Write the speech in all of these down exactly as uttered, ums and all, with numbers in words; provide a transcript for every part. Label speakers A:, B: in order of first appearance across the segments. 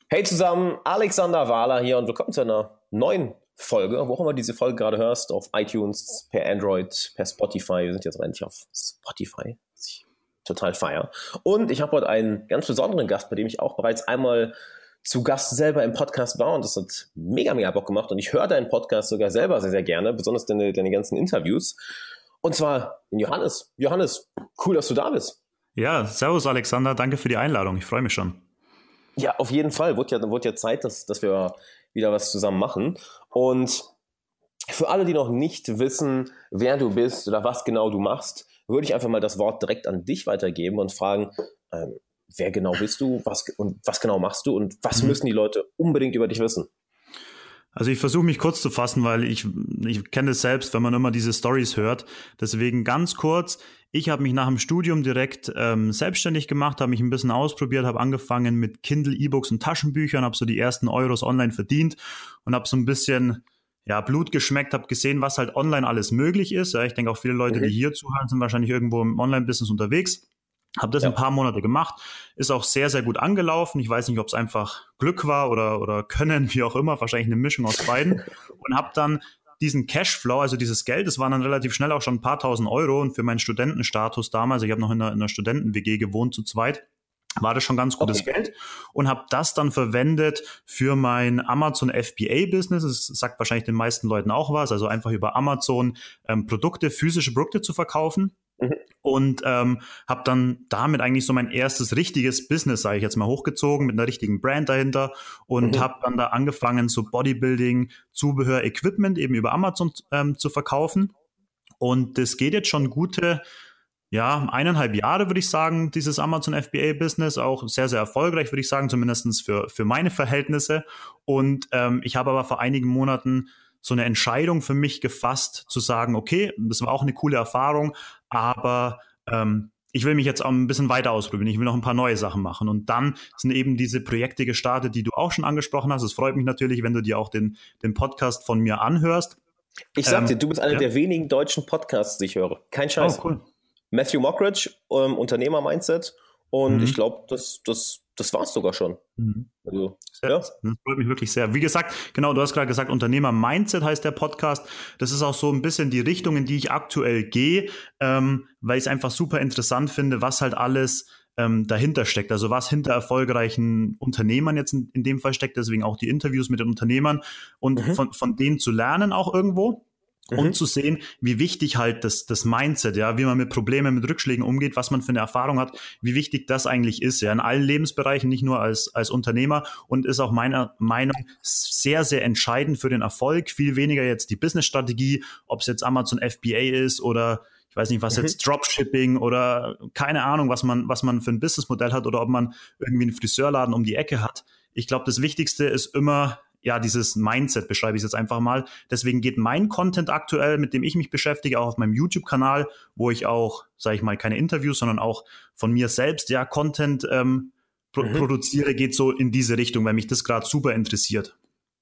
A: Hey zusammen, Alexander Wahler hier und willkommen zu einer neuen Folge, wo auch immer diese Folge gerade hörst, auf iTunes, per Android, per Spotify. Wir sind jetzt endlich auf Spotify, was ich total feiere. Und ich habe heute einen ganz besonderen Gast, bei dem ich auch bereits einmal zu Gast selber im Podcast war und das hat mega, mega Bock gemacht und ich höre deinen Podcast sogar selber sehr, sehr gerne, besonders deine, deine ganzen Interviews. Und zwar in Johannes. Johannes, cool, dass du da bist.
B: Ja, servus Alexander, danke für die Einladung, ich freue mich schon.
A: Ja, auf jeden Fall. Wurde ja, wurde ja Zeit, dass, dass wir wieder was zusammen machen. Und für alle, die noch nicht wissen, wer du bist oder was genau du machst, würde ich einfach mal das Wort direkt an dich weitergeben und fragen, ähm, wer genau bist du, was, und was genau machst du und was mhm. müssen die Leute unbedingt über dich wissen?
B: Also ich versuche mich kurz zu fassen, weil ich, ich kenne es selbst, wenn man immer diese Storys hört. Deswegen ganz kurz, ich habe mich nach dem Studium direkt ähm, selbstständig gemacht, habe mich ein bisschen ausprobiert, habe angefangen mit Kindle, E-Books und Taschenbüchern, habe so die ersten Euros online verdient und habe so ein bisschen ja, Blut geschmeckt, habe gesehen, was halt online alles möglich ist. Ja, ich denke auch viele Leute, mhm. die hier zuhören, sind wahrscheinlich irgendwo im Online-Business unterwegs. Habe das ja. ein paar Monate gemacht, ist auch sehr, sehr gut angelaufen. Ich weiß nicht, ob es einfach Glück war oder, oder Können, wie auch immer, wahrscheinlich eine Mischung aus beiden. Und habe dann diesen Cashflow, also dieses Geld, das waren dann relativ schnell auch schon ein paar tausend Euro. Und für meinen Studentenstatus damals, ich habe noch in einer, in einer Studenten-W G gewohnt zu zweit, war das schon ganz gutes okay. Geld und habe das dann verwendet für mein Amazon F B A-Business. Das sagt wahrscheinlich den meisten Leuten auch was, also einfach über Amazon ähm, Produkte, physische Produkte zu verkaufen. Mhm. Und ähm, habe dann damit eigentlich so mein erstes richtiges Business, sage ich jetzt mal, hochgezogen mit einer richtigen Brand dahinter und mhm. habe dann da angefangen, so Bodybuilding, Zubehör, Equipment eben über Amazon ähm, zu verkaufen. Und das geht jetzt schon gute, ja, eineinhalb Jahre, würde ich sagen, dieses Amazon F B A-Business, auch sehr, sehr erfolgreich, würde ich sagen, zumindest für, für meine Verhältnisse. Und ähm, ich habe aber vor einigen Monaten so eine Entscheidung für mich gefasst, zu sagen, okay, das war auch eine coole Erfahrung, aber ähm, ich will mich jetzt auch ein bisschen weiter ausprobieren. Ich will noch ein paar neue Sachen machen. Und dann sind eben diese Projekte gestartet, die du auch schon angesprochen hast. Es freut mich natürlich, wenn du dir auch den, den Podcast von mir anhörst.
A: Ich sag ähm, dir, du bist einer ja? der wenigen deutschen Podcasts, die ich höre. Kein Scheiß.
B: Oh, cool.
A: Matthew Mockridge, ähm, Unternehmer-Mindset. Und mhm. ich glaube, das, das, das war es sogar schon. Mhm. Also,
B: sehr, ja. Das freut mich wirklich sehr. Wie gesagt, genau, du hast gerade gesagt, Unternehmer-Mindset heißt der Podcast. Das ist auch so ein bisschen die Richtung, in die ich aktuell gehe, ähm, weil ich es einfach super interessant finde, was halt alles ähm, dahinter steckt. Also was hinter erfolgreichen Unternehmern jetzt in, in dem Fall steckt. Deswegen auch die Interviews mit den Unternehmern und mhm. von, von denen zu lernen auch irgendwo. Um mhm. zu sehen, wie wichtig halt das, das Mindset, ja, wie man mit Problemen, mit Rückschlägen umgeht, was man für eine Erfahrung hat, wie wichtig das eigentlich ist, ja, in allen Lebensbereichen, nicht nur als, als Unternehmer und ist auch meiner Meinung sehr, sehr entscheidend für den Erfolg, viel weniger jetzt die Businessstrategie, ob es jetzt Amazon F B A ist oder ich weiß nicht, was mhm. jetzt Dropshipping oder keine Ahnung, was man, was man für ein Businessmodell hat oder ob man irgendwie einen Friseurladen um die Ecke hat. Ich glaube, das Wichtigste ist immer, ja, dieses Mindset beschreibe ich jetzt einfach mal. Deswegen geht mein Content aktuell, mit dem ich mich beschäftige, auch auf meinem YouTube-Kanal, wo ich auch, sage ich mal, keine Interviews, sondern auch von mir selbst, ja, Content ähm, pro- mhm. produziere, geht so in diese Richtung, weil mich das gerade super interessiert.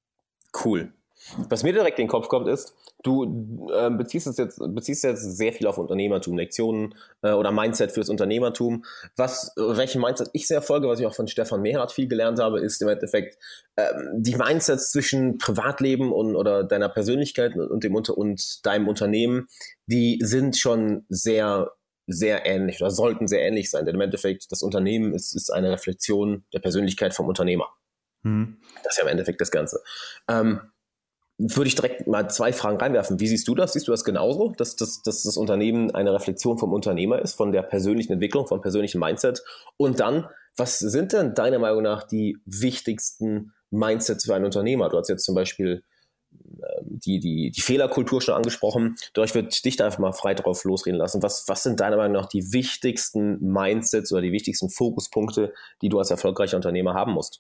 A: Cool. Was mir direkt in den Kopf kommt, ist, du äh, beziehst, es jetzt, beziehst jetzt sehr viel auf Unternehmertum, Lektionen äh, oder Mindset fürs Unternehmertum. Was, welchen Mindset ich sehr folge, was ich auch von Stefan Mehrhardt viel gelernt habe, ist im Endeffekt ähm, die Mindsets zwischen Privatleben und oder deiner Persönlichkeit und, dem, und deinem Unternehmen, die sind schon sehr, sehr ähnlich oder sollten sehr ähnlich sein. Denn im Endeffekt, das Unternehmen ist, ist eine Reflexion der Persönlichkeit vom Unternehmer. Mhm. Das ist ja im Endeffekt das Ganze. Ähm, Würde ich direkt mal zwei Fragen reinwerfen. Wie siehst du das? Siehst du das genauso, dass, dass, dass das Unternehmen eine Reflexion vom Unternehmer ist, von der persönlichen Entwicklung, vom persönlichen Mindset? Und dann, was sind denn deiner Meinung nach die wichtigsten Mindsets für einen Unternehmer? Du hast jetzt zum Beispiel äh, die, die, die Fehlerkultur schon angesprochen. Doch ich würde dich da einfach mal frei drauf losreden lassen. Was, was sind deiner Meinung nach die wichtigsten Mindsets oder die wichtigsten Fokuspunkte, die du als erfolgreicher Unternehmer haben musst?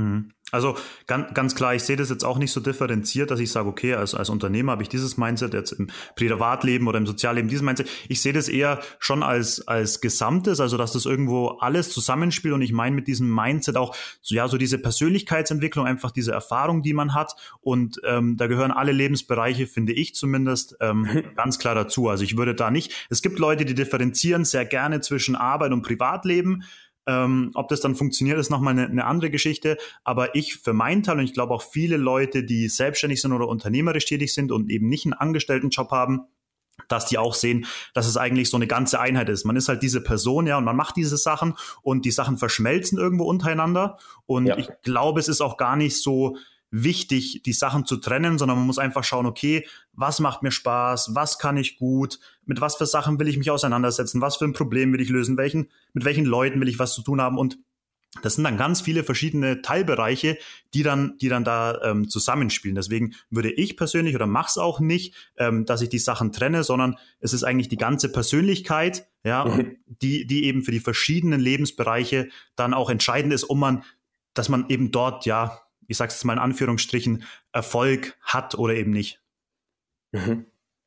B: Also ganz, ganz klar, ich sehe das jetzt auch nicht so differenziert, dass ich sage, okay, als, als Unternehmer habe ich dieses Mindset, jetzt im Privatleben oder im Sozialleben dieses Mindset. Ich sehe das eher schon als, als Gesamtes, also dass das irgendwo alles zusammenspielt und ich meine mit diesem Mindset auch so, ja, so diese Persönlichkeitsentwicklung, einfach diese Erfahrung, die man hat und ähm, da gehören alle Lebensbereiche, finde ich zumindest, ähm, ganz klar dazu. Also ich würde da nicht, es gibt Leute, die differenzieren sehr gerne zwischen Arbeit und Privatleben. Ähm, ob das dann funktioniert, ist nochmal eine, eine andere Geschichte. Aber ich für meinen Teil, und ich glaube auch viele Leute, die selbstständig sind oder unternehmerisch tätig sind und eben nicht einen Angestelltenjob haben, dass die auch sehen, dass es eigentlich so eine ganze Einheit ist. Man ist halt diese Person, ja, und man macht diese Sachen und die Sachen verschmelzen irgendwo untereinander. Und ja. ich glaube, es ist auch gar nicht so wichtig, die Sachen zu trennen, sondern man muss einfach schauen, okay, was macht mir Spaß, was kann ich gut, mit was für Sachen will ich mich auseinandersetzen, was für ein Problem will ich lösen, welchen, mit welchen Leuten will ich was zu tun haben, und das sind dann ganz viele verschiedene Teilbereiche, die dann, die dann da ähm, zusammenspielen. Deswegen würde ich persönlich oder mache es auch nicht, ähm, dass ich die Sachen trenne, sondern es ist eigentlich die ganze Persönlichkeit, ja, mhm. und die, die eben für die verschiedenen Lebensbereiche dann auch entscheidend ist, um man, dass man eben dort, ja, ich sage es mal in Anführungsstrichen, Erfolg hat oder eben nicht.
A: Mhm.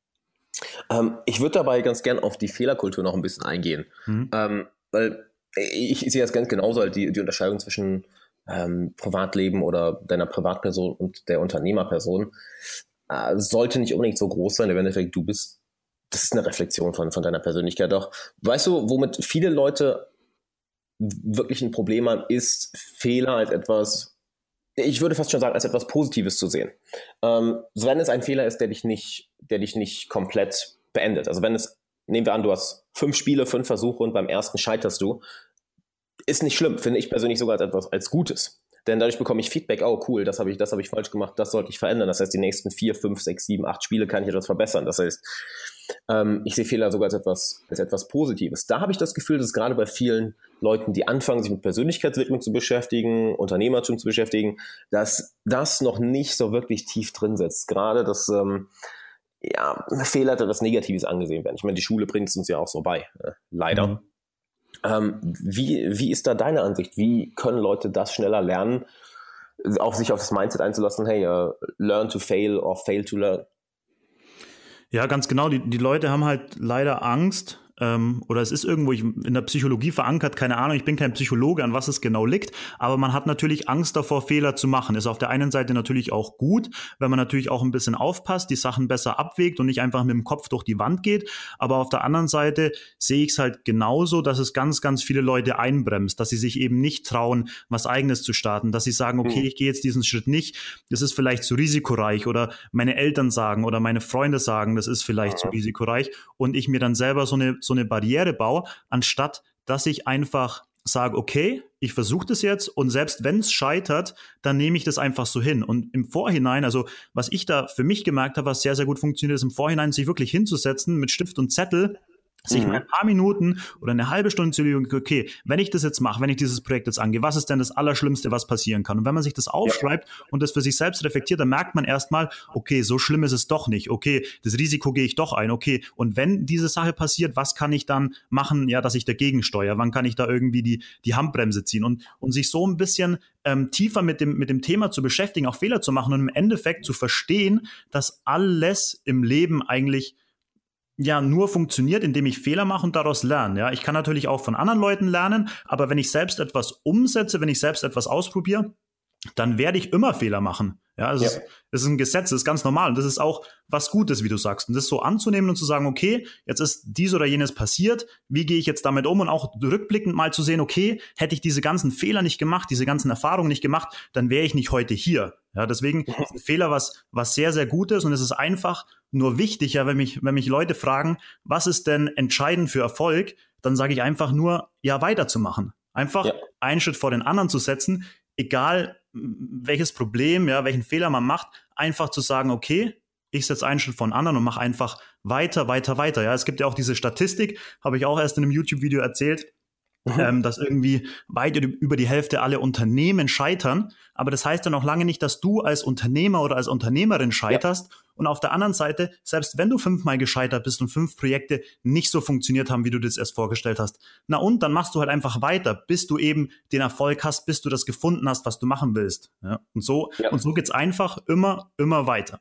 A: Ähm, ich würde dabei ganz gern auf die Fehlerkultur noch ein bisschen eingehen, mhm. ähm, weil ich sehe das ganz genauso, halt die, die Unterscheidung zwischen ähm, Privatleben oder deiner Privatperson und der Unternehmerperson äh, sollte nicht unbedingt so groß sein. Im Endeffekt, du bist, das ist eine Reflexion von, von deiner Persönlichkeit. Doch weißt du, womit viele Leute wirklich ein Problem haben, ist Fehler als etwas, ich würde fast schon sagen, als etwas Positives zu sehen. Ähm, wenn es ein Fehler ist, der dich nicht, der dich nicht komplett beendet. Also wenn es, nehmen wir an, du hast fünf Spiele, fünf Versuche und beim ersten scheiterst du, ist nicht schlimm, finde ich persönlich sogar als etwas als Gutes. Denn dadurch bekomme ich Feedback, oh cool, das habe ich, das habe ich falsch gemacht, das sollte ich verändern. Das heißt, die nächsten vier, fünf, sechs, sieben, acht Spiele kann ich etwas verbessern. Das heißt, ähm, ich sehe Fehler sogar als etwas, als etwas Positives. Da habe ich das Gefühl, dass gerade bei vielen Leuten, die anfangen, sich mit Persönlichkeitsentwicklung zu beschäftigen, Unternehmertum zu beschäftigen, dass das noch nicht so wirklich tief drin sitzt. Gerade, dass ähm, ja, Fehler als etwas Negatives angesehen werden. Ich meine, die Schule bringt es uns ja auch so bei, äh, leider. Mhm. Ähm, wie, wie ist da deine Ansicht? Wie können Leute das schneller lernen, auch sich auf das Mindset einzulassen, hey, uh, learn to fail or fail to learn?
B: Ja, ganz genau. Die, die Leute haben halt leider Angst, ähm, oder es ist irgendwo in der Psychologie verankert, keine Ahnung, ich bin kein Psychologe, an was es genau liegt, aber man hat natürlich Angst davor, Fehler zu machen. Ist auf der einen Seite natürlich auch gut, wenn man natürlich auch ein bisschen aufpasst, die Sachen besser abwägt und nicht einfach mit dem Kopf durch die Wand geht, aber auf der anderen Seite sehe ich es halt genauso, dass es ganz, ganz viele Leute einbremst, dass sie sich eben nicht trauen, was Eigenes zu starten, dass sie sagen, okay, ich gehe jetzt diesen Schritt nicht, das ist vielleicht zu risikoreich, oder meine Eltern sagen oder meine Freunde sagen, das ist vielleicht zu risikoreich, und ich mir dann selber so eine so eine Barriere baue, anstatt dass ich einfach sage, okay, ich versuche das jetzt, und selbst wenn es scheitert, dann nehme ich das einfach so hin. Und im Vorhinein, also was ich da für mich gemerkt habe, was sehr, sehr gut funktioniert, ist im Vorhinein sich wirklich hinzusetzen mit Stift und Zettel, sich mhm. mal ein paar Minuten oder eine halbe Stunde zu überlegen, okay, wenn ich das jetzt mache, wenn ich dieses Projekt jetzt angehe, was ist denn das Allerschlimmste, was passieren kann? Und wenn man sich das aufschreibt ja. und das für sich selbst reflektiert, dann merkt man erstmal, okay, so schlimm ist es doch nicht, okay, das Risiko gehe ich doch ein, okay, und wenn diese Sache passiert, was kann ich dann machen, ja, dass ich dagegen steuere? Wann kann ich da irgendwie die, die Handbremse ziehen? Und, und sich so ein bisschen ähm, tiefer mit dem, mit dem Thema zu beschäftigen, auch Fehler zu machen und im Endeffekt zu verstehen, dass alles im Leben eigentlich ja nur funktioniert, indem ich Fehler mache und daraus lerne. Ja, ich kann natürlich auch von anderen Leuten lernen, aber wenn ich selbst etwas umsetze, wenn ich selbst etwas ausprobiere, dann werde ich immer Fehler machen. Ja, also ja. Es, ist, es ist ein Gesetz, das ist ganz normal, und das ist auch was Gutes, wie du sagst. Und das so anzunehmen und zu sagen, okay, jetzt ist dies oder jenes passiert, wie gehe ich jetzt damit um, und auch rückblickend mal zu sehen, okay, hätte ich diese ganzen Fehler nicht gemacht, diese ganzen Erfahrungen nicht gemacht, dann wäre ich nicht heute hier. Ja, deswegen ist ein Fehler was, was sehr, sehr gut ist, und es ist einfach nur wichtig, ja, wenn mich, wenn mich Leute fragen, was ist denn entscheidend für Erfolg, dann sage ich einfach nur, ja, weiterzumachen. Einfach ja. einen Schritt vor den anderen zu setzen, egal welches Problem, ja, welchen Fehler man macht, einfach zu sagen, okay, ich setze einen Schritt vor den anderen und mache einfach weiter, weiter, weiter. Ja, es gibt ja auch diese Statistik, habe ich auch erst in einem YouTube-Video erzählt, Mhm. Ähm, dass irgendwie weit über die Hälfte aller Unternehmen scheitern. Aber das heißt ja noch lange nicht, dass du als Unternehmer oder als Unternehmerin scheiterst. Ja. Und auf der anderen Seite, selbst wenn du fünfmal gescheitert bist und fünf Projekte nicht so funktioniert haben, wie du das erst vorgestellt hast, na und, dann machst du halt einfach weiter, bis du eben den Erfolg hast, bis du das gefunden hast, was du machen willst. Ja? Und so, ja. und so geht's einfach immer, immer weiter.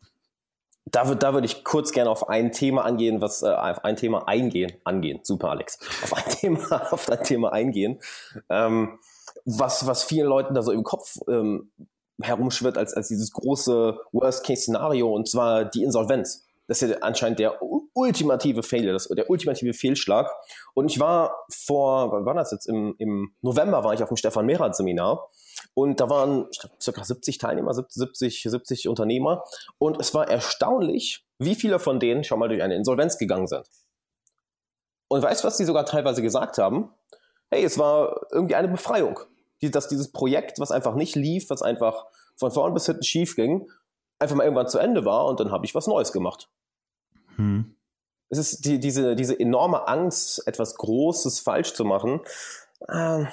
A: Da, würd, da würde ich kurz gerne auf ein Thema angehen, was äh, auf ein Thema eingehen, angehen, super Alex, auf ein Thema, auf ein Thema eingehen, ähm, was, was vielen Leuten da so im Kopf ähm, herumschwirrt als, als dieses große Worst-Case-Szenario, und zwar die Insolvenz. Das ist ja anscheinend der ultimative Failure, das, der ultimative Fehlschlag. Und ich war vor, wann war das jetzt? Im, im November war ich auf dem Stefan Mehrath Seminar. Und da waren, ich glaube, ca. siebzig Teilnehmer, siebzig, siebzig Unternehmer. Und es war erstaunlich, wie viele von denen schon mal durch eine Insolvenz gegangen sind. Und weißt du, was die sogar teilweise gesagt haben? Hey, es war irgendwie eine Befreiung. Die, dass dieses Projekt, was einfach nicht lief, was einfach von vorn bis hinten schief ging, einfach mal irgendwann zu Ende war und dann habe ich was Neues gemacht. Hm. Es ist die, diese, diese enorme Angst, etwas Großes falsch zu machen, äh,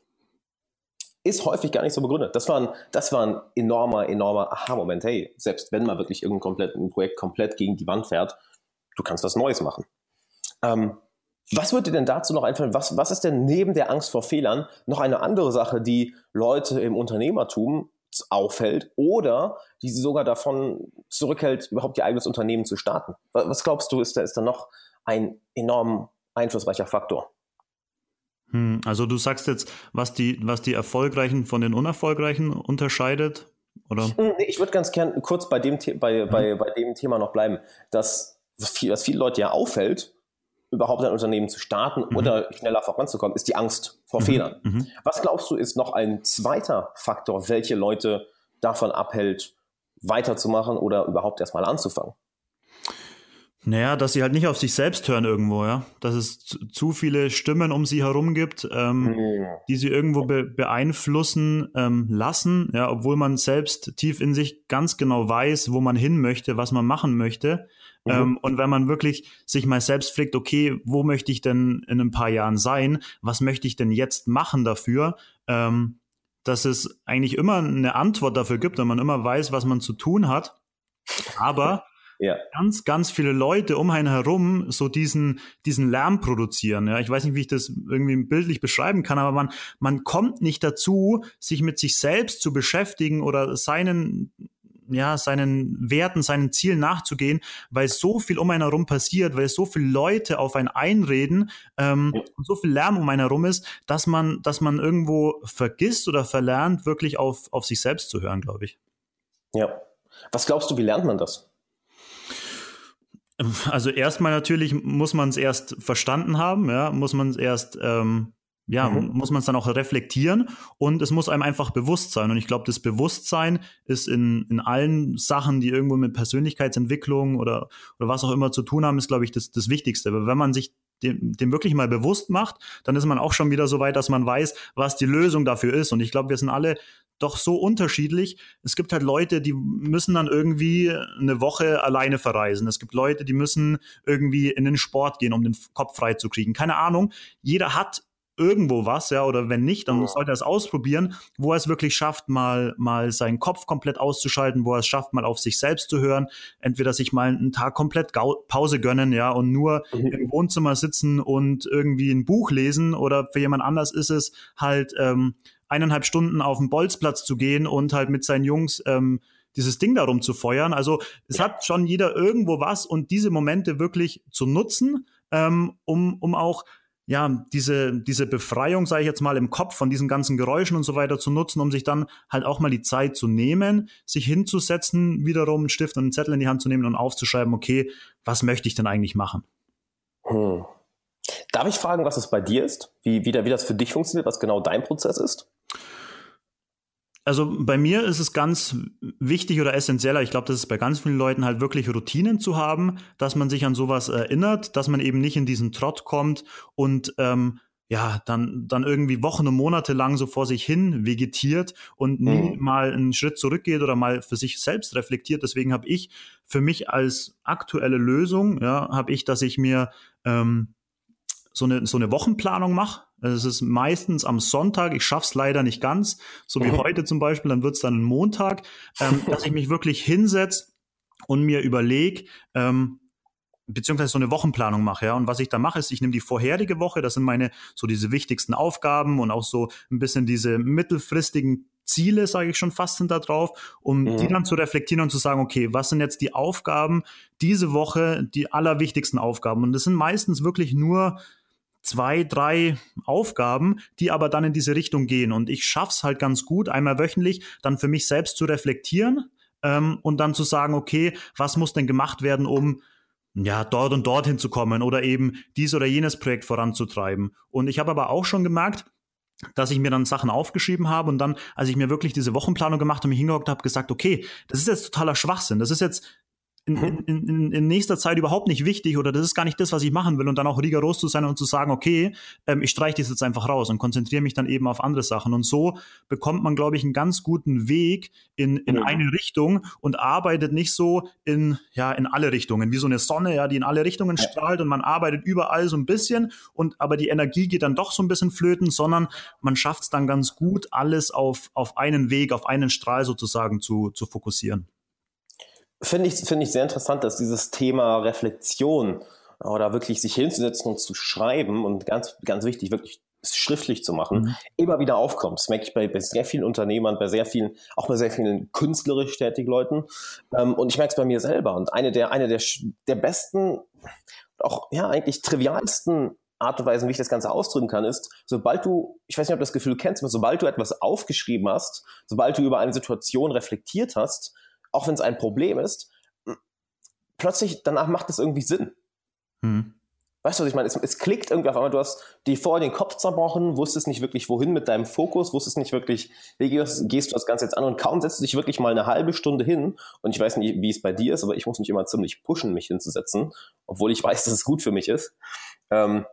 A: ist häufig gar nicht so begründet. Das war ein, das war ein enormer, enormer Aha-Moment. Hey, selbst wenn man wirklich irgendein komplett, ein Projekt komplett gegen die Wand fährt, du kannst was Neues machen. Ähm, was würde dir denn dazu noch einfallen? Was, was ist denn neben der Angst vor Fehlern noch eine andere Sache, die Leute im Unternehmertum auffällt oder die sie sogar davon zurückhält, überhaupt ihr eigenes Unternehmen zu starten? Was glaubst du, ist da, ist da noch ein enorm einflussreicher Faktor?
B: Hm, also du sagst jetzt, was die, was die Erfolgreichen von den Unerfolgreichen unterscheidet? Oder?
A: Ich würde ganz gern kurz bei dem, bei, bei, bei dem Thema noch bleiben, dass was, viel, was viele Leute ja auffällt, überhaupt ein Unternehmen zu starten mhm. oder schneller voranzukommen, ist die Angst vor mhm. Fehlern. Mhm. Was glaubst du, ist noch ein zweiter Faktor, welche Leute davon abhält, weiterzumachen oder überhaupt erstmal anzufangen?
B: Naja, dass sie halt nicht auf sich selbst hören irgendwo, ja. Dass es zu, zu viele Stimmen um sie herum gibt, ähm, mhm. die sie irgendwo be- beeinflussen ähm, lassen, ja, obwohl man selbst tief in sich ganz genau weiß, wo man hin möchte, was man machen möchte. Mhm. Ähm, und wenn man wirklich sich mal selbst fragt, okay, wo möchte ich denn in ein paar Jahren sein? Was möchte ich denn jetzt machen dafür? Ähm, dass es eigentlich immer eine Antwort dafür gibt und man immer weiß, was man zu tun hat. Aber ja. ganz, ganz viele Leute um einen herum so diesen, diesen Lärm produzieren. Ja, ich weiß nicht, wie ich das irgendwie bildlich beschreiben kann, aber man, man kommt nicht dazu, sich mit sich selbst zu beschäftigen oder seinen, ja, seinen Werten, seinen Zielen nachzugehen, weil so viel um einen herum passiert, weil so viele Leute auf einen einreden, ähm, ja. und so viel Lärm um einen herum ist, dass man, dass man irgendwo vergisst oder verlernt, wirklich auf, auf sich selbst zu hören, glaube ich.
A: Ja. Was glaubst du, wie lernt man das?
B: Also erstmal natürlich muss man es erst verstanden haben, ja, muss man es erst, ähm, ja, mhm. muss man es dann auch reflektieren und es muss einem einfach bewusst sein. Und ich glaube, das Bewusstsein ist in, in allen Sachen, die irgendwo mit Persönlichkeitsentwicklung oder, oder was auch immer zu tun haben, ist, glaube ich, das, das Wichtigste. Aber wenn man sich dem, dem wirklich mal bewusst macht, dann ist man auch schon wieder so weit, dass man weiß, was die Lösung dafür ist. Und ich glaube, wir sind alle doch so unterschiedlich. Es gibt halt Leute, die müssen dann irgendwie eine Woche alleine verreisen. Es gibt Leute, die müssen irgendwie in den Sport gehen, um den Kopf frei zu kriegen. Keine Ahnung. Jeder hat irgendwo was, ja, oder wenn nicht, dann sollte er es ausprobieren, wo er es wirklich schafft, mal, mal seinen Kopf komplett auszuschalten, wo er es schafft, mal auf sich selbst zu hören, entweder sich mal einen Tag komplett Pause gönnen, ja, und nur mhm. im Wohnzimmer sitzen und irgendwie ein Buch lesen, oder für jemand anders ist es halt ähm, eineinhalb Stunden auf den Bolzplatz zu gehen und halt mit seinen Jungs ähm, dieses Ding darum zu feuern. Also es ja. hat schon jeder irgendwo was und diese Momente wirklich zu nutzen, ähm, um, um auch ja, diese, diese Befreiung, sage ich jetzt mal, im Kopf von diesen ganzen Geräuschen und so weiter zu nutzen, um sich dann halt auch mal die Zeit zu nehmen, sich hinzusetzen, wiederum einen Stift und einen Zettel in die Hand zu nehmen und aufzuschreiben, okay, was möchte ich denn eigentlich machen?
A: Hm. Darf ich fragen, was es bei dir ist? Wie, wie, wie das für dich funktioniert, was genau dein Prozess ist?
B: Also bei mir ist es ganz wichtig oder essentieller, ich glaube, das ist bei ganz vielen Leuten halt wirklich Routinen zu haben, dass man sich an sowas erinnert, dass man eben nicht in diesen Trott kommt und ähm, ja, dann, dann irgendwie Wochen und Monate lang so vor sich hin vegetiert und nie mhm. mal einen Schritt zurückgeht oder mal für sich selbst reflektiert. Deswegen habe ich für mich als aktuelle Lösung, ja, habe ich, dass ich mir ähm, so eine, so eine Wochenplanung mache. Es ist meistens am Sonntag, ich schaff's leider nicht ganz, so wie mhm. heute zum Beispiel, dann wird's dann ein Montag, ähm, dass ich mich wirklich hinsetze und mir überlege, ähm, beziehungsweise so eine Wochenplanung mache, ja. Und was ich da mache, ist, ich nehme die vorherige Woche, das sind meine, so diese wichtigsten Aufgaben und auch so ein bisschen diese mittelfristigen Ziele, sage ich schon fast, sind da drauf, um mhm. die dann zu reflektieren und zu sagen, okay, was sind jetzt die Aufgaben diese Woche, die allerwichtigsten Aufgaben? Und das sind meistens wirklich nur zwei, drei Aufgaben, die aber dann in diese Richtung gehen. Und ich schaff's halt ganz gut, einmal wöchentlich dann für mich selbst zu reflektieren ähm, und dann zu sagen, okay, was muss denn gemacht werden, um ja, dort und dorthin zu kommen oder eben dies oder jenes Projekt voranzutreiben. Und ich habe aber auch schon gemerkt, dass ich mir dann Sachen aufgeschrieben habe und dann, als ich mir wirklich diese Wochenplanung gemacht habe, mich hingehockt habe, gesagt, okay, das ist jetzt totaler Schwachsinn. Das ist jetzt in, in, in, in nächster Zeit überhaupt nicht wichtig oder das ist gar nicht das, was ich machen will und dann auch rigoros zu sein und zu sagen, okay, ähm, ich streiche das jetzt einfach raus und konzentriere mich dann eben auf andere Sachen. Und so bekommt man, glaube ich, einen ganz guten Weg in, in mhm. eine Richtung und arbeitet nicht so in, ja, in alle Richtungen, wie so eine Sonne, ja, die in alle Richtungen ja. strahlt und man arbeitet überall so ein bisschen und aber die Energie geht dann doch so ein bisschen flöten, sondern man schafft es dann ganz gut, alles auf, auf einen Weg, auf einen Strahl sozusagen zu, zu fokussieren.
A: Finde ich, finde ich sehr interessant, dass dieses Thema Reflexion oder wirklich sich hinzusetzen und zu schreiben und ganz, ganz wichtig, wirklich schriftlich zu machen, mhm. immer wieder aufkommt. Das merke ich bei, bei sehr vielen Unternehmern, bei sehr vielen, auch bei sehr vielen künstlerisch tätigen Leuten. Und ich merke es bei mir selber. Und eine der, eine der, der besten, auch ja eigentlich trivialsten Art und Weisen, wie ich das Ganze ausdrücken kann, ist, sobald du, ich weiß nicht, ob du das Gefühl kennst, aber sobald du etwas aufgeschrieben hast, sobald du über eine Situation reflektiert hast, auch wenn es ein Problem ist, plötzlich danach macht es irgendwie Sinn. Hm. Weißt du, was ich meine? Es, es klickt irgendwie auf einmal, du hast dir vorher den Kopf zerbrochen, wusstest nicht wirklich, wohin mit deinem Fokus, wusstest nicht wirklich, wie gehst, gehst du das Ganze jetzt an und kaum setzt du dich wirklich mal eine halbe Stunde hin und ich weiß nicht, wie es bei dir ist, aber ich muss mich immer ziemlich pushen, mich hinzusetzen, obwohl ich weiß, dass es gut für mich ist. Ähm,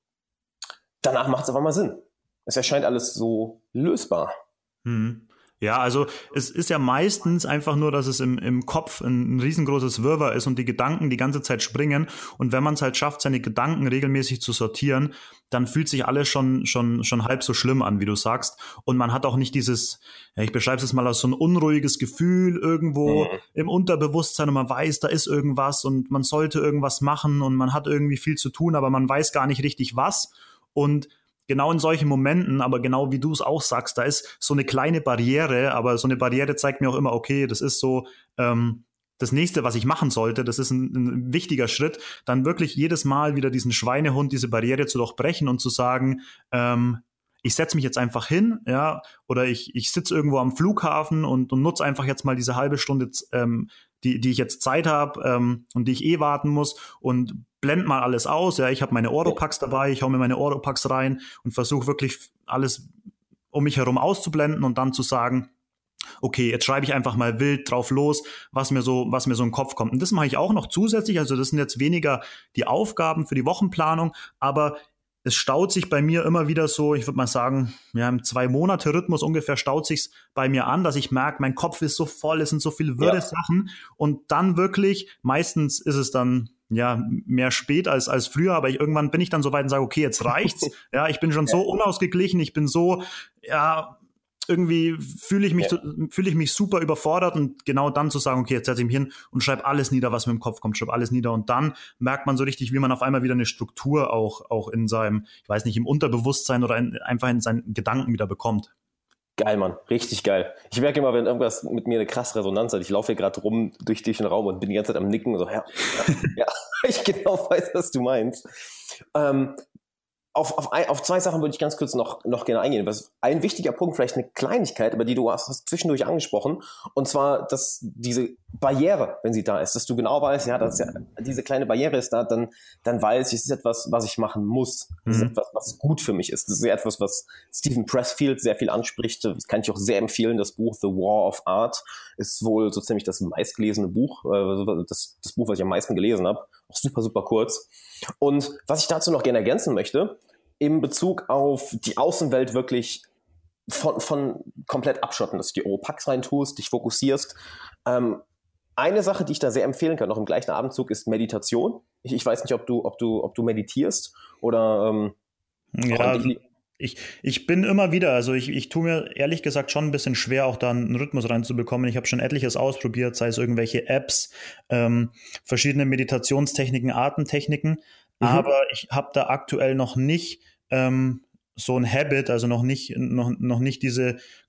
A: danach macht es auf einmal Sinn. Es erscheint alles so lösbar.
B: Hm. Ja, also es ist ja meistens einfach nur, dass es im, im Kopf ein, ein riesengroßes Wirrwarr ist und die Gedanken die ganze Zeit springen. Und wenn man es halt schafft, seine Gedanken regelmäßig zu sortieren, dann fühlt sich alles schon, schon, schon halb so schlimm an, wie du sagst. Und man hat auch nicht dieses, ja, ich beschreibe es jetzt mal als so ein unruhiges Gefühl irgendwo mhm. im Unterbewusstsein und man weiß, da ist irgendwas und man sollte irgendwas machen und man hat irgendwie viel zu tun, aber man weiß gar nicht richtig was. Und genau in solchen Momenten, aber genau wie du es auch sagst, da ist so eine kleine Barriere, aber so eine Barriere zeigt mir auch immer, okay, das ist so ähm, das Nächste, was ich machen sollte, das ist ein, ein wichtiger Schritt, dann wirklich jedes Mal wieder diesen Schweinehund, diese Barriere zu durchbrechen und zu sagen, ähm, ich setze mich jetzt einfach hin, ja, oder ich, ich sitze irgendwo am Flughafen und, und nutze einfach jetzt mal diese halbe Stunde, ähm, die, die ich jetzt Zeit habe ähm, und die ich eh warten muss und blend mal alles aus. Ja, ich habe meine Oropax dabei, ich hau mir meine Oropax rein und versuche wirklich alles um mich herum auszublenden und dann zu sagen, okay, jetzt schreibe ich einfach mal wild drauf los, was mir so, was mir so in den Kopf kommt. Und das mache ich auch noch zusätzlich. Also das sind jetzt weniger die Aufgaben für die Wochenplanung, aber es staut sich bei mir immer wieder so, ich würde mal sagen, ja, im Zwei-Monate-Rhythmus ungefähr staut sich's bei mir an, dass ich merke, mein Kopf ist so voll, es sind so viele wirre ja. Sachen und dann wirklich, meistens ist es dann ja mehr spät als als früher, aber ich, irgendwann bin ich dann so weit und sage, okay, jetzt reicht's. Ja, ich bin schon ja. so unausgeglichen, ich bin so, ja, irgendwie fühle ich mich ja. fühle ich mich super überfordert und genau dann zu sagen, okay, jetzt setze ich mich hin und schreibe alles nieder, was mir im Kopf kommt, schreibe alles nieder und dann merkt man so richtig, wie man auf einmal wieder eine Struktur auch auch in seinem, ich weiß nicht, im Unterbewusstsein oder in, einfach in seinen Gedanken wieder bekommt.
A: Geil, Mann. Richtig geil. Ich merke immer, wenn irgendwas mit mir eine krasse Resonanz hat, ich laufe hier gerade rum durch, durch den Raum und bin die ganze Zeit am Nicken und so, ja, ja, ja. Ich genau weiß, was du meinst. Ähm, Auf, auf, ein, auf zwei Sachen würde ich ganz kurz noch, noch gerne eingehen. Was, ein wichtiger Punkt, vielleicht eine Kleinigkeit, aber die du hast, hast zwischendurch angesprochen, und zwar, dass diese Barriere, wenn sie da ist, dass du genau weißt, ja, dass ja, diese kleine Barriere ist da, dann, dann weiß ich, es ist etwas, was ich machen muss. Es ist mhm. etwas, was gut für mich ist. Das ist etwas, was Stephen Pressfield sehr viel anspricht. Das kann ich auch sehr empfehlen. Das Buch The War of Art ist wohl so ziemlich das meistgelesene Buch, das, das Buch, was ich am meisten gelesen habe. Auch super, super kurz. Und was ich dazu noch gerne ergänzen möchte, in Bezug auf die Außenwelt wirklich von, von komplett abschotten, dass du die Oropax reintust, dich fokussierst. Ähm, eine Sache, die ich da sehr empfehlen kann, noch im gleichen Abendzug, ist Meditation. Ich, ich weiß nicht, ob du, ob du, ob du meditierst oder ähm,
B: ja, ich, ich bin immer wieder, also ich, ich tue mir ehrlich gesagt schon ein bisschen schwer, auch da einen Rhythmus reinzubekommen. Ich habe schon etliches ausprobiert, sei es irgendwelche Apps, ähm, verschiedene Meditationstechniken, Atemtechniken, mhm. aber ich habe da aktuell noch nicht ähm, so ein Habit, also noch nicht, noch, noch nicht diese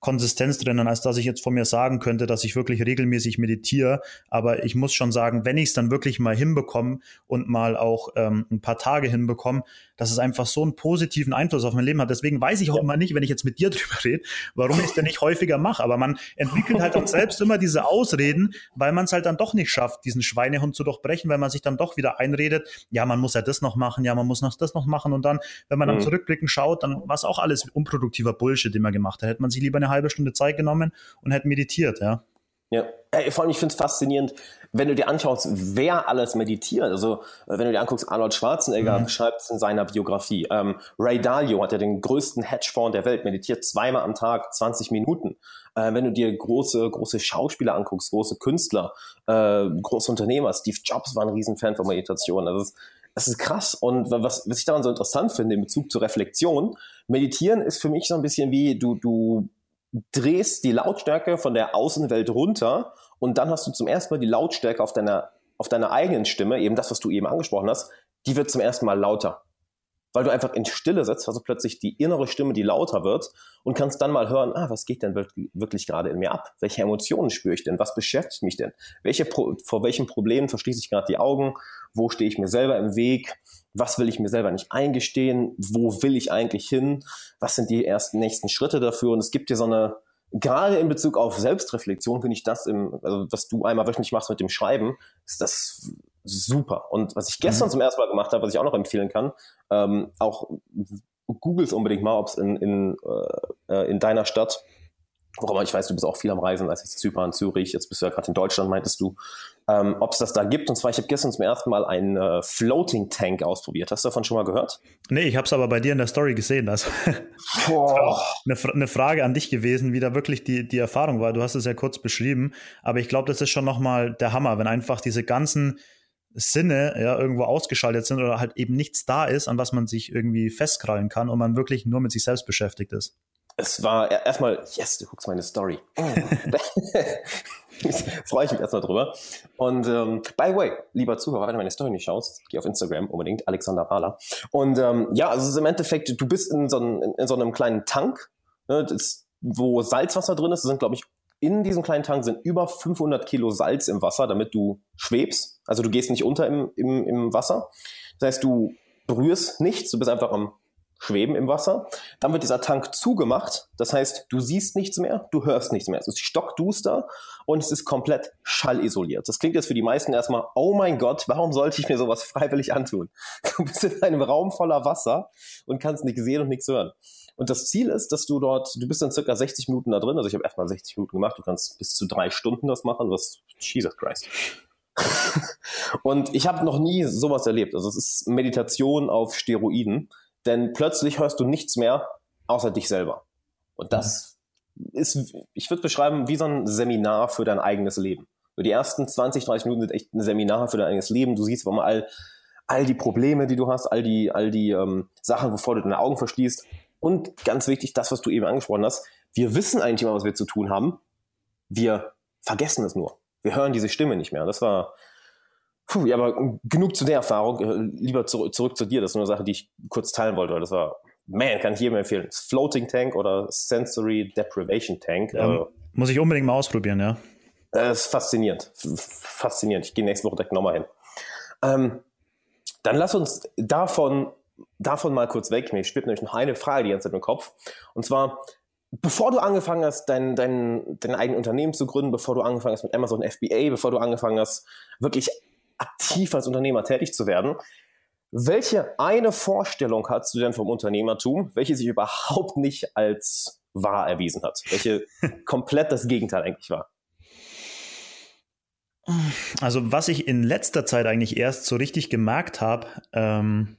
B: Konsistenz drinnen, als dass ich jetzt von mir sagen könnte, dass ich wirklich regelmäßig meditiere. Aber ich muss schon sagen, wenn ich es dann wirklich mal hinbekomme und mal auch ähm, ein paar Tage hinbekomme, dass es einfach so einen positiven Einfluss auf mein Leben hat. Deswegen weiß ich auch immer nicht, wenn ich jetzt mit dir drüber rede, warum ich es denn nicht häufiger mache. Aber man entwickelt halt auch selbst immer diese Ausreden, weil man es halt dann doch nicht schafft, diesen Schweinehund zu durchbrechen, weil man sich dann doch wieder einredet, ja, man muss ja das noch machen, ja, man muss noch das noch machen. Und dann, wenn man dann mhm. zurückblicken schaut, dann war es auch alles unproduktiver Bullshit, den man gemacht hat. Hätte man sich lieber eine halbe Stunde Zeit genommen und hätte meditiert, ja.
A: Ja, vor allem, ich finde es faszinierend, wenn du dir anschaust, wer alles meditiert. Also, wenn du dir anguckst, Arnold Schwarzenegger mhm. beschreibt es in seiner Biografie. Ähm, Ray Dalio hat ja den größten Hedgefonds der Welt, meditiert zweimal am Tag, zwanzig Minuten. Äh, wenn du dir große, große Schauspieler anguckst, große Künstler, äh, große Unternehmer, Steve Jobs war ein Riesenfan von Meditation. Also, das ist, das ist krass. Und was, was ich daran so interessant finde, in Bezug zur Reflexion, meditieren ist für mich so ein bisschen wie, du, du drehst die Lautstärke von der Außenwelt runter und dann hast du zum ersten Mal die Lautstärke auf deiner, auf deiner eigenen Stimme, eben das, was du eben angesprochen hast, die wird zum ersten Mal lauter. Weil du einfach in Stille sitzt, hast du plötzlich die innere Stimme, die lauter wird und kannst dann mal hören, ah, was geht denn wirklich gerade in mir ab? Welche Emotionen spüre ich denn? Was beschäftigt mich denn? Welche, vor welchen Problemen verschließe ich gerade die Augen? Wo stehe ich mir selber im Weg? Was will ich mir selber nicht eingestehen? Wo will ich eigentlich hin? Was sind die ersten nächsten Schritte dafür? Und es gibt dir so eine, gerade in Bezug auf Selbstreflexion, finde ich das, im, also was du einmal wöchentlich machst mit dem Schreiben, ist das super. Und was ich gestern mhm. zum ersten Mal gemacht habe, was ich auch noch empfehlen kann, ähm, auch Googles unbedingt mal, ob es in, in, äh, in deiner Stadt, worum ich weiß, du bist auch viel am Reisen, als jetzt Zypern, Zürich, jetzt bist du ja gerade in Deutschland, meintest du, ähm, ob es das da gibt. Und zwar, ich habe gestern zum ersten Mal einen äh, Floating Tank ausprobiert. Hast du davon schon mal gehört?
B: Nee, ich habe es aber bei dir in der Story gesehen. Also oh. eine, eine Frage an dich gewesen, wie da wirklich die, die Erfahrung war. Du hast es ja kurz beschrieben, aber ich glaube, das ist schon nochmal der Hammer, wenn einfach diese ganzen Sinne ja irgendwo ausgeschaltet sind oder halt eben nichts da ist, an was man sich irgendwie festkrallen kann und man wirklich nur mit sich selbst beschäftigt ist.
A: Es war erstmal, yes, du guckst meine Story. Freue ich mich erstmal drüber. Und ähm, by the way, lieber Zuhörer, wenn du meine Story nicht schaust, geh auf Instagram unbedingt, Alexander Wahler. Und ähm, ja, also es ist im Endeffekt, du bist in so, einem, in, in so einem kleinen Tank, ne, das, wo Salzwasser drin ist. Das sind, glaube ich, in diesem kleinen Tank sind über fünfhundert Kilo Salz im Wasser, damit du schwebst. Also du gehst nicht unter im, im, im Wasser. Das heißt, du berührst nichts, du bist einfach am Schweben im Wasser. Dann wird dieser Tank zugemacht. Das heißt, du siehst nichts mehr, du hörst nichts mehr. Es ist stockduster und es ist komplett schallisoliert. Das klingt jetzt für die meisten erstmal, oh mein Gott, warum sollte ich mir sowas freiwillig antun? Du bist in einem Raum voller Wasser und kannst nichts sehen und nichts hören. Und das Ziel ist, dass du dort, du bist dann circa sechzig Minuten da drin. Also ich habe erstmal sechzig Minuten gemacht. Du kannst bis zu drei Stunden das machen. Was, Jesus Christ. Und ich habe noch nie sowas erlebt. Also es ist Meditation auf Steroiden. Denn plötzlich hörst du nichts mehr außer dich selber. Und das ist, ich würde beschreiben, wie so ein Seminar für dein eigenes Leben. Die ersten zwanzig, dreißig Minuten sind echt ein Seminar für dein eigenes Leben. Du siehst mal all, all die Probleme, die du hast, all die, all die ähm, Sachen, wovor du deine Augen verschließt. Und ganz wichtig, das, was du eben angesprochen hast, wir wissen eigentlich immer, was wir zu tun haben. Wir vergessen es nur. Wir hören diese Stimme nicht mehr. Das war... Puh, ja, aber genug zu der Erfahrung. Lieber zurück, zurück zu dir. Das ist nur eine Sache, die ich kurz teilen wollte. Weil das war, man, kann ich jedem empfehlen. Das Floating Tank oder Sensory Deprivation Tank.
B: Ja, äh, muss ich unbedingt mal ausprobieren, ja.
A: Das ist faszinierend. Faszinierend. Ich gehe nächste Woche direkt nochmal hin. Ähm, dann lass uns davon, davon mal kurz weg. Mir spielt nämlich noch eine Frage die ganze Zeit im Kopf. Und zwar, bevor du angefangen hast, dein, dein, dein eigenes Unternehmen zu gründen, bevor du angefangen hast mit Amazon F B A, bevor du angefangen hast, wirklich aktiv als Unternehmer tätig zu werden. Welche eine Vorstellung hast du denn vom Unternehmertum, welche sich überhaupt nicht als wahr erwiesen hat? Welche komplett das Gegenteil eigentlich war?
B: Also was ich in letzter Zeit eigentlich erst so richtig gemerkt habe, ähm,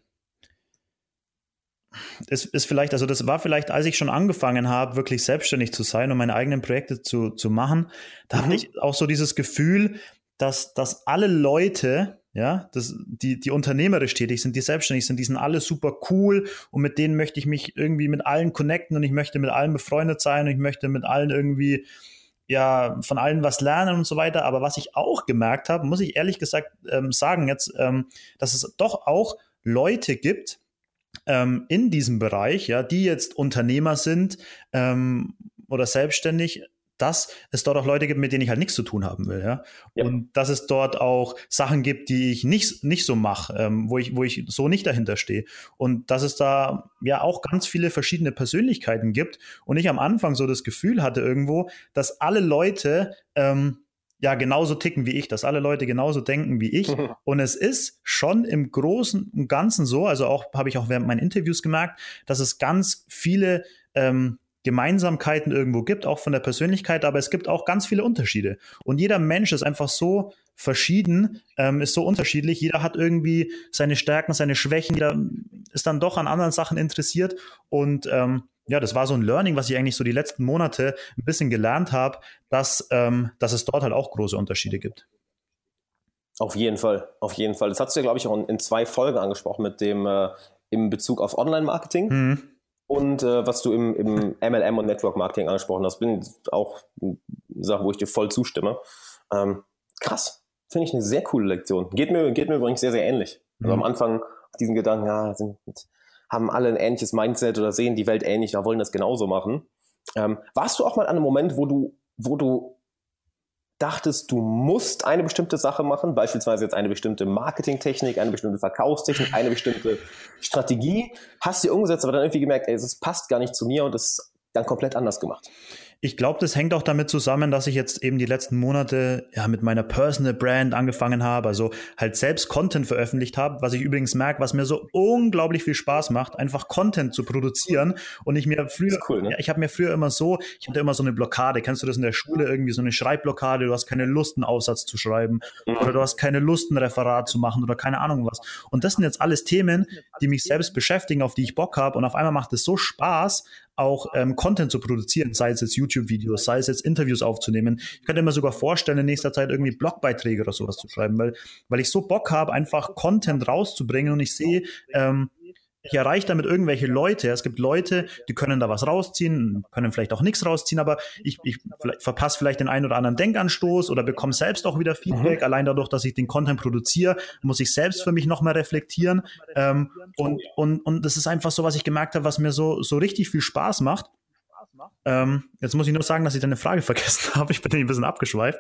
B: ist, ist vielleicht, also das war vielleicht, als ich schon angefangen habe, wirklich selbstständig zu sein und meine eigenen Projekte zu, zu machen, da mhm. hatte ich auch so dieses Gefühl, dass, dass alle Leute, ja, das, die, die unternehmerisch tätig sind, die selbstständig sind, die sind alle super cool und mit denen möchte ich mich irgendwie mit allen connecten und ich möchte mit allen befreundet sein und ich möchte mit allen irgendwie, ja, von allen was lernen und so weiter. Aber was ich auch gemerkt habe, muss ich ehrlich gesagt ähm, sagen jetzt, ähm, dass es doch auch Leute gibt ähm, in diesem Bereich, ja, die jetzt Unternehmer sind, ähm, oder selbstständig, dass es dort auch Leute gibt, mit denen ich halt nichts zu tun haben will, ja. ja. Und dass es dort auch Sachen gibt, die ich nicht, nicht so mache, ähm, wo ich, wo ich so nicht dahinter stehe. Und dass es da ja auch ganz viele verschiedene Persönlichkeiten gibt. Und ich am Anfang so das Gefühl hatte irgendwo, dass alle Leute ähm, ja genauso ticken wie ich, dass alle Leute genauso denken wie ich. Mhm. Und es ist schon im Großen und Ganzen so, also auch habe ich auch während meinen Interviews gemerkt, dass es ganz viele ähm, Gemeinsamkeiten irgendwo gibt, auch von der Persönlichkeit, aber es gibt auch ganz viele Unterschiede. Und jeder Mensch ist einfach so verschieden, ähm, ist so unterschiedlich. Jeder hat irgendwie seine Stärken, seine Schwächen, jeder ist dann doch an anderen Sachen interessiert. Und ähm, ja, das war so ein Learning, was ich eigentlich so die letzten Monate ein bisschen gelernt habe, dass, ähm, dass es dort halt auch große Unterschiede gibt.
A: Auf jeden Fall, auf jeden Fall. Das hast du ja, glaube ich, auch in, in zwei Folgen angesprochen mit dem äh, in Bezug auf Online-Marketing. Mhm. Und äh, was du im, im M L M und Network Marketing angesprochen hast, bin auch Sachen, wo ich dir voll zustimme. Ähm, krass, finde ich eine sehr coole Lektion. Geht mir, geht mir übrigens sehr, sehr ähnlich. Mhm. Also am Anfang auf diesen Gedanken, ja, sind, haben alle ein ähnliches Mindset oder sehen die Welt ähnlich, da wollen das genauso machen. Ähm, warst du auch mal an einem Moment, wo du, wo du dachtest, du musst eine bestimmte Sache machen, beispielsweise jetzt eine bestimmte Marketingtechnik, eine bestimmte Verkaufstechnik, eine bestimmte Strategie, hast du umgesetzt, aber dann irgendwie gemerkt, ey, das passt gar nicht zu mir und das dann komplett anders gemacht?
B: Ich glaube, das hängt auch damit zusammen, dass ich jetzt eben die letzten Monate ja mit meiner Personal Brand angefangen habe, also halt selbst Content veröffentlicht habe, was ich übrigens merke, was mir so unglaublich viel Spaß macht, einfach Content zu produzieren. Und ich mir früher, cool, ne? ja, ich habe mir früher immer so, ich hatte immer so eine Blockade, kennst du das in der Schule, irgendwie so eine Schreibblockade, du hast keine Lust, einen Aufsatz zu schreiben mhm. oder du hast keine Lust, ein Referat zu machen oder keine Ahnung was. Und das sind jetzt alles Themen, die mich selbst beschäftigen, auf die ich Bock habe und auf einmal macht es so Spaß, auch ähm, Content zu produzieren, sei es jetzt YouTube-Videos, sei es jetzt Interviews aufzunehmen. Ich könnte mir sogar vorstellen, in nächster Zeit irgendwie Blogbeiträge oder sowas zu schreiben, weil, weil ich so Bock habe, einfach Content rauszubringen und ich sehe, ähm, ich erreiche damit irgendwelche Leute. Es gibt Leute, die können da was rausziehen, können vielleicht auch nichts rausziehen, aber ich, ich vielleicht, verpasse vielleicht den einen oder anderen Denkanstoß oder bekomme selbst auch wieder Feedback. Mhm. Allein dadurch, dass ich den Content produziere, muss ich selbst für mich nochmal reflektieren. Ähm, und, und, und das ist einfach so, was ich gemerkt habe, was mir so, so richtig viel Spaß macht. Ähm, jetzt muss ich nur sagen, dass ich deine Frage vergessen habe. Ich bin ein bisschen abgeschweift.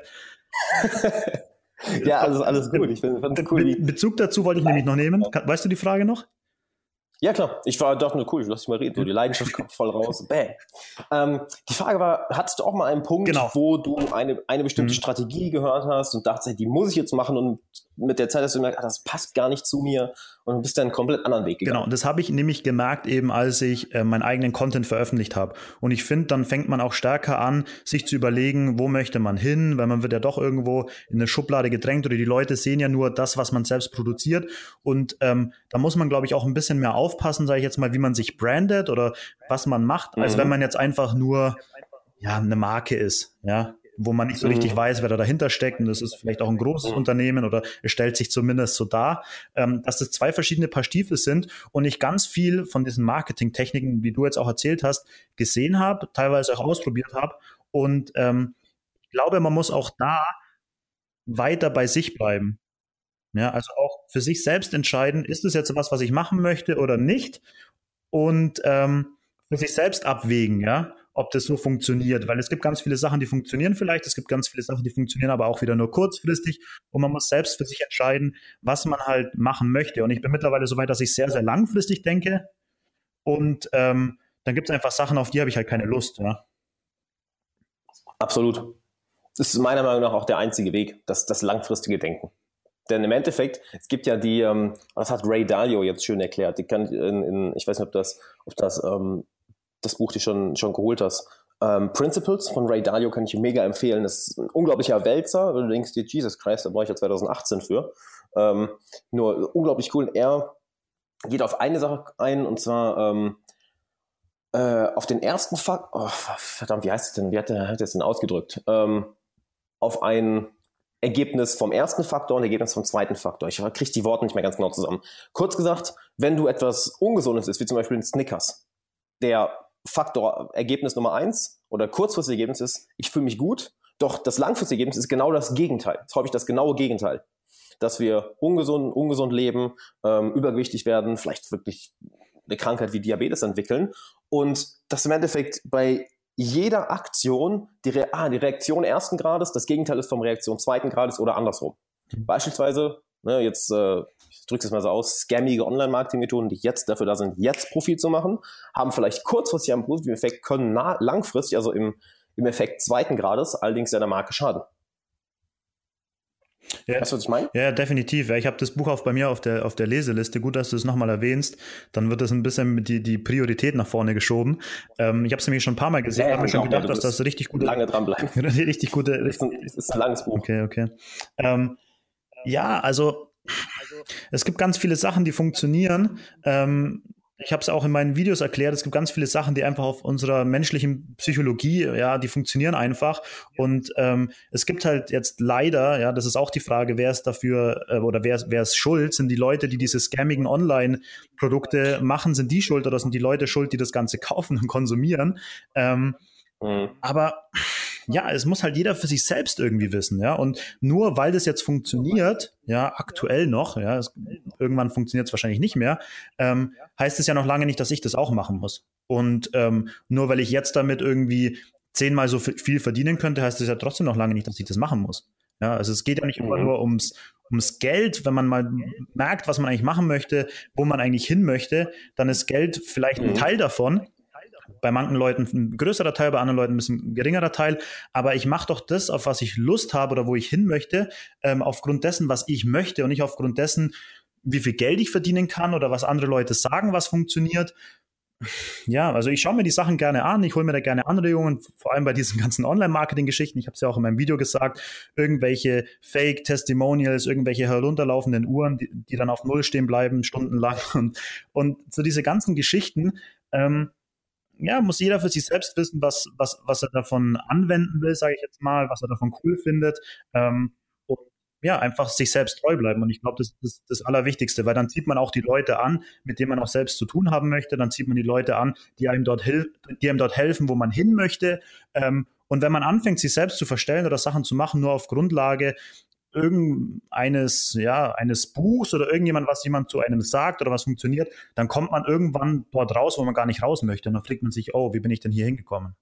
A: Ja, also alles gut. Ich finde es cool.
B: Be- Bezug dazu wollte ich nämlich noch nehmen. Weißt du die Frage noch?
A: Ja, klar. Ich war doch nur cool, lass dich mal reden. So, die Leidenschaft kommt voll raus. Bäh. Ähm, die Frage war, hattest du auch mal einen Punkt, genau. wo du eine, eine bestimmte mhm. Strategie gehört hast und dachtest, die muss ich jetzt machen und mit der Zeit hast du gemerkt, ach, das passt gar nicht zu mir und bist dann einen komplett anderen Weg gegangen.
B: Genau, das habe ich nämlich gemerkt eben, als ich äh, meinen eigenen Content veröffentlicht habe. Und ich finde, dann fängt man auch stärker an, sich zu überlegen, wo möchte man hin, weil man wird ja doch irgendwo in eine Schublade gedrängt oder die Leute sehen ja nur das, was man selbst produziert. Und ähm, da muss man, glaube ich, auch ein bisschen mehr aufpassen, sage ich jetzt mal, wie man sich brandet oder was man macht, als mhm. wenn man jetzt einfach nur ja eine Marke ist, ja, wo man nicht so richtig mhm. weiß, wer da dahinter steckt und das ist vielleicht auch ein großes mhm. Unternehmen oder es stellt sich zumindest so dar, ähm, dass das zwei verschiedene Paar Stiefel sind und ich ganz viel von diesen Marketingtechniken, wie du jetzt auch erzählt hast, gesehen habe, teilweise auch ausprobiert habe und ähm, ich glaube, man muss auch da weiter bei sich bleiben. Ja, also auch für sich selbst entscheiden, ist es jetzt was, was ich machen möchte oder nicht und ähm, für sich selbst abwägen, ja, ob das so funktioniert, weil es gibt ganz viele Sachen, die funktionieren vielleicht, es gibt ganz viele Sachen, die funktionieren aber auch wieder nur kurzfristig und man muss selbst für sich entscheiden, was man halt machen möchte und ich bin mittlerweile so weit, dass ich sehr, sehr langfristig denke und ähm, dann gibt es einfach Sachen, auf die habe ich halt keine Lust, ja.
A: Absolut. Das ist meiner Meinung nach auch der einzige Weg, das, das langfristige Denken. Denn im Endeffekt, es gibt ja die, ähm, das hat Ray Dalio jetzt schön erklärt, die kann in, in ich weiß nicht, ob das, ob das, ähm, das Buch dir schon, schon geholt hast. Ähm, Principles von Ray Dalio kann ich mega empfehlen. Das ist ein unglaublicher Wälzer, wenn du denkst dir, Jesus Christ, da brauche ich ja zwanzig achtzehn für. Ähm, nur unglaublich cool. Und er geht auf eine Sache ein, und zwar ähm, äh, auf den ersten Fakt, oh, verdammt, wie heißt es denn, wie hat er das denn ausgedrückt? Ähm, auf ein Ergebnis vom ersten Faktor und Ergebnis vom zweiten Faktor. Ich kriege die Worte nicht mehr ganz genau zusammen. Kurz gesagt, wenn du etwas Ungesundes isst, wie zum Beispiel ein Snickers, der Faktor Ergebnis Nummer eins oder kurzfristige Ergebnis ist, ich fühle mich gut, doch das langfristige Ergebnis ist genau das Gegenteil. Das ist häufig das genaue Gegenteil. Dass wir ungesund, ungesund leben, ähm, übergewichtig werden, vielleicht wirklich eine Krankheit wie Diabetes entwickeln und dass im Endeffekt bei jeder Aktion die, Re ah, die Reaktion ersten Grades, das Gegenteil ist vom Reaktion zweiten Grades oder andersrum. Mhm. Beispielsweise, ne, jetzt, äh, ich drücke es mal so aus, scammige Online-Marketing-Methoden, die jetzt dafür da sind, jetzt Profit zu machen, haben vielleicht kurzfristig einen positiven Effekt, können nah, langfristig, also im, im Effekt zweiten Grades, allerdings ja der Marke schaden.
B: Ja, weißt du, was ich meine? Ja, definitiv. Ja, ich habe das Buch auch bei mir auf der, auf der Leseliste. Gut, dass du es nochmal erwähnst. Dann wird das ein bisschen mit die, die Priorität nach vorne geschoben. Ähm, ich habe es nämlich schon ein paar Mal gesehen. Ich ja, habe mir schon gedacht, ja, dass das richtig gute...
A: Lange dranbleiben.
B: richtig gute...
A: Es ist, ein, es ist ein langes Buch.
B: Okay, okay. Ähm, ja, also es gibt ganz viele Sachen, die funktionieren. Ähm, Ich habe es auch in meinen Videos erklärt, es gibt ganz viele Sachen, die einfach auf unserer menschlichen Psychologie, ja, die funktionieren einfach. Und ähm, es gibt halt jetzt leider, ja, das ist auch die Frage, wer ist dafür äh, oder wer, wer ist schuld? Sind die Leute, die diese scammigen Online-Produkte machen, sind die schuld oder sind die Leute schuld, die das Ganze kaufen und konsumieren? Ähm, mhm. Aber ja, es muss halt jeder für sich selbst irgendwie wissen, ja. Und nur weil das jetzt funktioniert, ja, aktuell noch, ja, es, irgendwann funktioniert es wahrscheinlich nicht mehr, ähm, heißt es ja noch lange nicht, dass ich das auch machen muss. Und ähm, nur weil ich jetzt damit irgendwie zehnmal so viel verdienen könnte, heißt es ja trotzdem noch lange nicht, dass ich das machen muss. Ja, also es geht ja nicht immer nur ums, ums Geld. Wenn man mal merkt, was man eigentlich machen möchte, wo man eigentlich hin möchte, dann ist Geld vielleicht ein Teil davon. Bei manchen Leuten ein größerer Teil, bei anderen Leuten ein bisschen geringerer Teil. Aber ich mache doch das, auf was ich Lust habe oder wo ich hin möchte, ähm, aufgrund dessen, was ich möchte und nicht aufgrund dessen, wie viel Geld ich verdienen kann oder was andere Leute sagen, was funktioniert. Ja, also ich schaue mir die Sachen gerne an, ich hole mir da gerne Anregungen, vor allem bei diesen ganzen Online-Marketing-Geschichten. Ich habe es ja auch in meinem Video gesagt, irgendwelche Fake-Testimonials, irgendwelche herunterlaufenden Uhren, die, die dann auf Null stehen bleiben, stundenlang. Und, und so diese ganzen Geschichten, ähm, ja, muss jeder für sich selbst wissen, was, was, was er davon anwenden will, sage ich jetzt mal, was er davon cool findet. Ähm, und ja, einfach sich selbst treu bleiben. Und ich glaube, das ist das Allerwichtigste, weil dann zieht man auch die Leute an, mit denen man auch selbst zu tun haben möchte. Dann zieht man die Leute an, die einem dort, hil- die einem dort helfen, wo man hin möchte. Ähm, und wenn man anfängt, sich selbst zu verstellen oder Sachen zu machen, nur auf Grundlage irgendeines, ja, eines Buchs oder irgendjemand, was jemand zu einem sagt oder was funktioniert, dann kommt man irgendwann dort raus, wo man gar nicht raus möchte. Und dann fragt man sich, oh, wie bin ich denn hier hingekommen?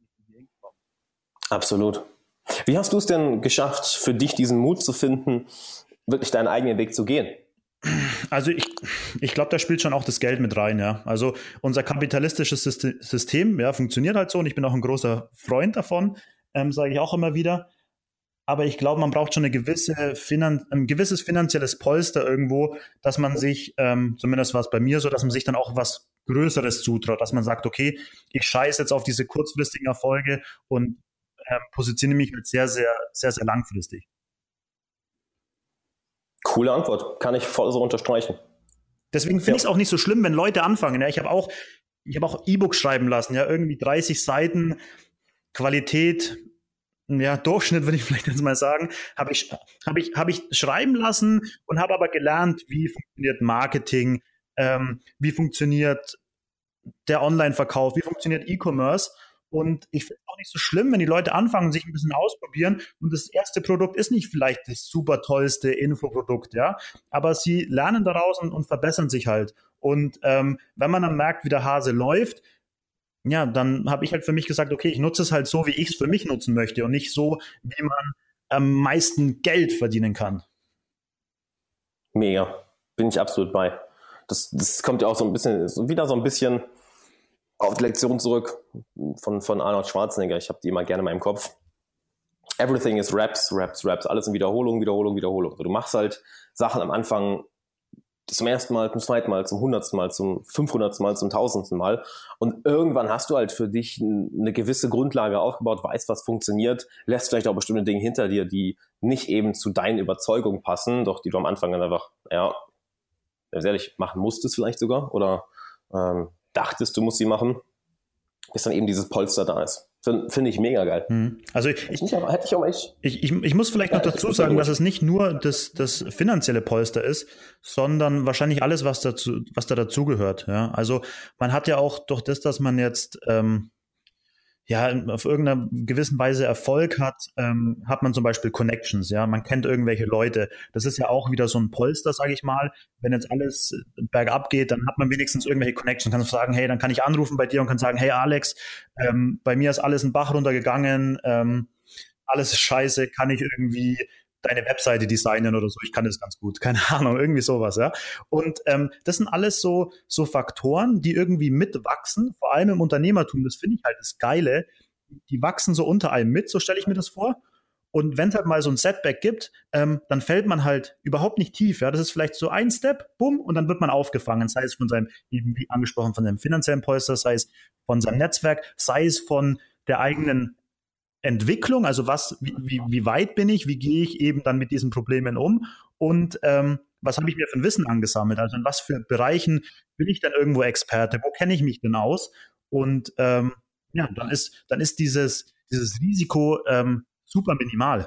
A: Absolut. Wie hast du es denn geschafft, für dich diesen Mut zu finden, wirklich deinen eigenen Weg zu gehen?
B: Also ich, ich glaube, da spielt schon auch das Geld mit rein, ja. Also unser kapitalistisches System, ja, funktioniert halt so und ich bin auch ein großer Freund davon, ähm, sage ich auch immer wieder. Aber ich glaube, man braucht schon eine gewisse Finan- ein gewisses finanzielles Polster irgendwo, dass man sich, ähm, zumindest war es bei mir so, dass man sich dann auch was Größeres zutraut, dass man sagt, okay, ich scheiße jetzt auf diese kurzfristigen Erfolge und ähm, positioniere mich halt sehr, sehr, sehr, sehr langfristig.
A: Coole Antwort, kann ich voll so unterstreichen.
B: Deswegen finde ja. ich es auch nicht so schlimm, wenn Leute anfangen. Ja, ich habe auch, ich habe auch E-Books schreiben lassen, ja, irgendwie dreißig Seiten, Qualität, ja, Durchschnitt würde ich vielleicht jetzt mal sagen, habe ich, hab ich, hab ich schreiben lassen und habe aber gelernt, wie funktioniert Marketing, ähm, wie funktioniert der Online-Verkauf, wie funktioniert E-Commerce. Und ich finde es auch nicht so schlimm, wenn die Leute anfangen, sich ein bisschen ausprobieren und das erste Produkt ist nicht vielleicht das super tollste Infoprodukt, ja, aber sie lernen daraus und, und verbessern sich halt. Und ähm, wenn man dann merkt, wie der Hase läuft, ja, dann habe ich halt für mich gesagt, okay, ich nutze es halt so, wie ich es für mich nutzen möchte und nicht so, wie man am meisten Geld verdienen kann.
A: Mega, bin ich absolut bei. Das, das kommt ja auch so ein bisschen, wieder so ein bisschen auf die Lektion zurück von, von Arnold Schwarzenegger. Ich habe die immer gerne in meinem Kopf. Everything is Raps, Raps, Raps. Alles in Wiederholung, Wiederholung, Wiederholung. Du machst halt Sachen am Anfang zum ersten Mal, zum zweiten Mal, zum hundertsten Mal, zum fünfhundertsten Mal, zum tausendsten Mal. Und irgendwann hast du halt für dich eine gewisse Grundlage aufgebaut, weißt, was funktioniert, lässt vielleicht auch bestimmte Dinge hinter dir, die nicht eben zu deinen Überzeugungen passen, doch die du am Anfang dann einfach, ja, ganz ehrlich, machen musstest vielleicht sogar oder ähm, dachtest, du musst sie machen, bis dann eben dieses Polster da ist. Finde find ich mega geil.
B: Hm. Also ich,
A: ich, nicht, aber hätte ich auch echt.
B: Ich, ich, ich muss vielleicht ja, noch dazu sagen, dass es nicht nur das, das finanzielle Polster ist, sondern wahrscheinlich alles, was dazu, was da dazugehört. Ja? Also man hat ja auch durch das, dass man jetzt ähm, ja, auf irgendeiner gewissen Weise Erfolg hat, ähm, hat man zum Beispiel Connections, ja, man kennt irgendwelche Leute. Das ist ja auch wieder so ein Polster, sage ich mal. Wenn jetzt alles bergab geht, dann hat man wenigstens irgendwelche Connections. Kann sagen, hey, dann kann ich anrufen bei dir und kann sagen, hey Alex, ähm, bei mir ist alles in den Bach runtergegangen, ähm, alles ist scheiße, kann ich irgendwie deine Webseite designen oder so, ich kann das ganz gut, keine Ahnung, irgendwie sowas, ja. Und ähm, das sind alles so, so Faktoren, die irgendwie mitwachsen, vor allem im Unternehmertum, das finde ich halt das Geile, die wachsen so unter einem mit, so stelle ich mir das vor. Und wenn es halt mal so ein Setback gibt, ähm, dann fällt man halt überhaupt nicht tief, ja. Das ist vielleicht so ein Step, bumm, und dann wird man aufgefangen, sei es von seinem, wie angesprochen, von seinem finanziellen Polster, sei es von seinem Netzwerk, sei es von der eigenen Entwicklung, also was, wie, wie, wie weit bin ich, wie gehe ich eben dann mit diesen Problemen um und ähm, was habe ich mir für ein Wissen angesammelt, also in was für Bereichen bin ich denn irgendwo Experte, wo kenne ich mich denn aus und ähm, ja, dann ist, dann ist dieses, dieses Risiko ähm, super minimal.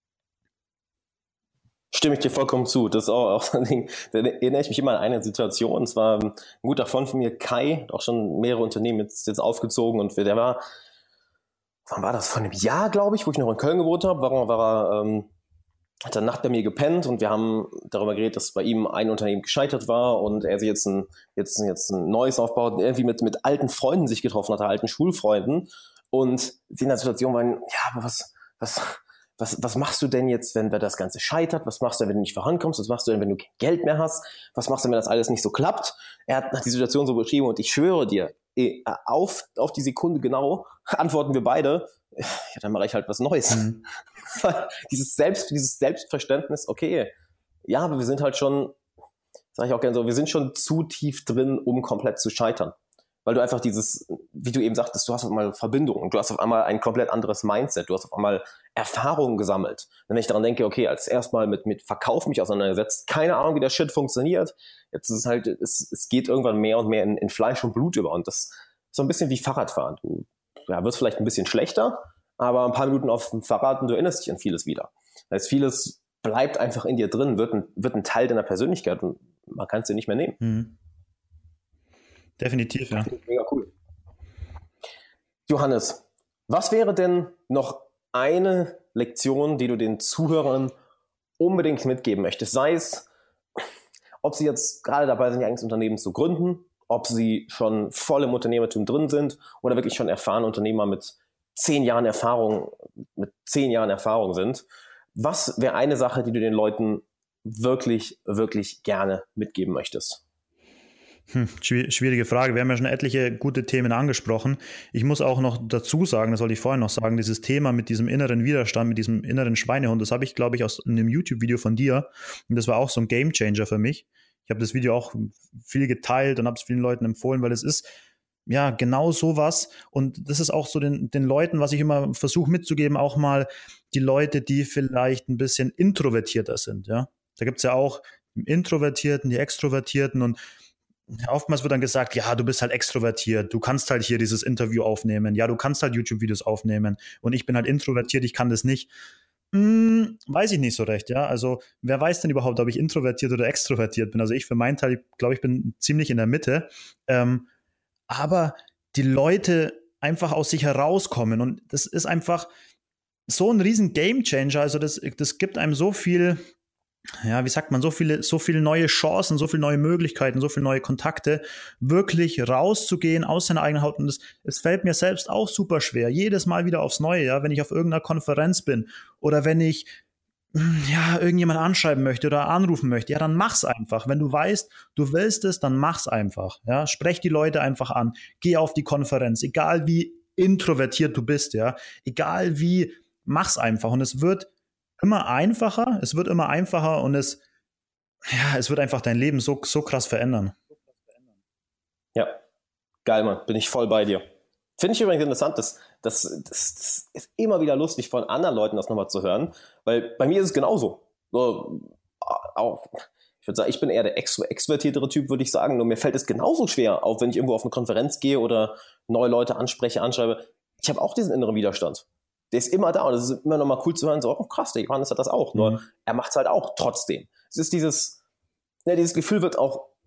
A: Stimme ich dir vollkommen zu. Das ist auch, auch so ein Ding, da erinnere ich mich immer an eine Situation. Es war ein guter Freund von mir, Kai, auch schon mehrere Unternehmen jetzt, jetzt aufgezogen und der war wann war das? Vor einem Jahr, glaube ich, wo ich noch in Köln gewohnt habe, war er, war er ähm, hat er Nacht bei mir gepennt und wir haben darüber geredet, dass bei ihm ein Unternehmen gescheitert war und er sich jetzt ein, jetzt, jetzt ein neues aufbaut, irgendwie mit, mit alten Freunden sich getroffen hat, alten Schulfreunden. Und sie in der Situation waren, ja, aber was, was, was, was machst du denn jetzt, wenn das Ganze scheitert? Was machst du denn, wenn du nicht vorankommst? Was machst du denn, wenn du kein Geld mehr hast? Was machst du denn, wenn das alles nicht so klappt? Er hat die Situation so beschrieben und ich schwöre dir, auf, auf die Sekunde genau antworten wir beide, ja, dann mache ich halt was Neues. Mhm. dieses, Selbst, dieses Selbstverständnis, okay, ja, aber wir sind halt schon, sage ich auch gerne so, wir sind schon zu tief drin, um komplett zu scheitern. Weil du einfach dieses, wie du eben sagtest, du hast auf einmal Verbindungen, du hast auf einmal ein komplett anderes Mindset, du hast auf einmal Erfahrungen gesammelt. Und wenn ich daran denke, okay, als erstmal mit, mit Verkauf mich auseinandergesetzt, keine Ahnung, wie der Shit funktioniert, jetzt ist es halt, es, es geht irgendwann mehr und mehr in, in Fleisch und Blut über und das ist so ein bisschen wie Fahrradfahren. Du ja, wirst vielleicht ein bisschen schlechter, aber ein paar Minuten auf dem Fahrrad und du erinnerst dich an vieles wieder. Das heißt, vieles bleibt einfach in dir drin, wird ein, wird ein Teil deiner Persönlichkeit und man kann es dir nicht mehr nehmen.
B: Mhm. Definitiv, ja.
A: Mega cool. Johannes, was wäre denn noch eine Lektion, die du den Zuhörern unbedingt mitgeben möchtest? Sei es, ob sie jetzt gerade dabei sind, ihr eigenes Unternehmen zu gründen, ob sie schon voll im Unternehmertum drin sind oder wirklich schon erfahrene Unternehmer mit zehn Jahren Erfahrung, mit zehn Jahren Erfahrung sind. Was wäre eine Sache, die du den Leuten wirklich, wirklich gerne mitgeben möchtest?
B: Hm, schwierige Frage. Wir haben ja schon etliche gute Themen angesprochen. Ich muss auch noch dazu sagen, das wollte ich vorhin noch sagen, dieses Thema mit diesem inneren Widerstand, mit diesem inneren Schweinehund, das habe ich, glaube ich, aus einem YouTube-Video von dir. Und das war auch so ein Gamechanger für mich. Ich habe das Video auch viel geteilt und habe es vielen Leuten empfohlen, weil es ist ja genau sowas. Und das ist auch so den, den Leuten, was ich immer versuche mitzugeben, auch mal die Leute, die vielleicht ein bisschen introvertierter sind. Ja, da gibt es ja auch die Introvertierten, die Extrovertierten und oftmals wird dann gesagt, ja, du bist halt extrovertiert, du kannst halt hier dieses Interview aufnehmen, ja, du kannst halt YouTube-Videos aufnehmen und ich bin halt introvertiert, ich kann das nicht. Hm, weiß ich nicht so recht, ja, also wer weiß denn überhaupt, ob ich introvertiert oder extrovertiert bin? Also ich für meinen Teil, glaube ich, bin ziemlich in der Mitte, ähm, aber die Leute einfach aus sich herauskommen und das ist einfach so ein riesen Gamechanger, also das, das gibt einem so viel, ja, wie sagt man, so viele, so viele neue Chancen, so viele neue Möglichkeiten, so viele neue Kontakte, wirklich rauszugehen aus seiner eigenen Haut. Und es, es fällt mir selbst auch super schwer, jedes Mal wieder aufs Neue, ja, wenn ich auf irgendeiner Konferenz bin oder wenn ich ja, irgendjemand anschreiben möchte oder anrufen möchte, ja, dann mach's einfach. Wenn du weißt, du willst es, dann mach's einfach. Ja, sprech die Leute einfach an, geh auf die Konferenz, egal wie introvertiert du bist, ja, egal wie, mach's einfach. Und es wird immer einfacher, es wird immer einfacher und es, ja, es wird einfach dein Leben so, so krass verändern.
A: Ja, geil, Mann, bin ich voll bei dir. Finde ich übrigens interessant, dass das, das, das ist immer wieder lustig von anderen Leuten das nochmal zu hören, weil bei mir ist es genauso. So, auch, ich würde sagen, ich bin eher der ex- extrovertiertere Typ, würde ich sagen, nur mir fällt es genauso schwer, auch wenn ich irgendwo auf eine Konferenz gehe oder neue Leute anspreche, anschreibe. Ich habe auch diesen inneren Widerstand. Der ist immer da und es ist immer noch mal cool zu hören, so, oh krass, der Johannes hat das auch, nur mhm. er macht es halt auch trotzdem. Es ist dieses, ja, dieses Gefühl wird auch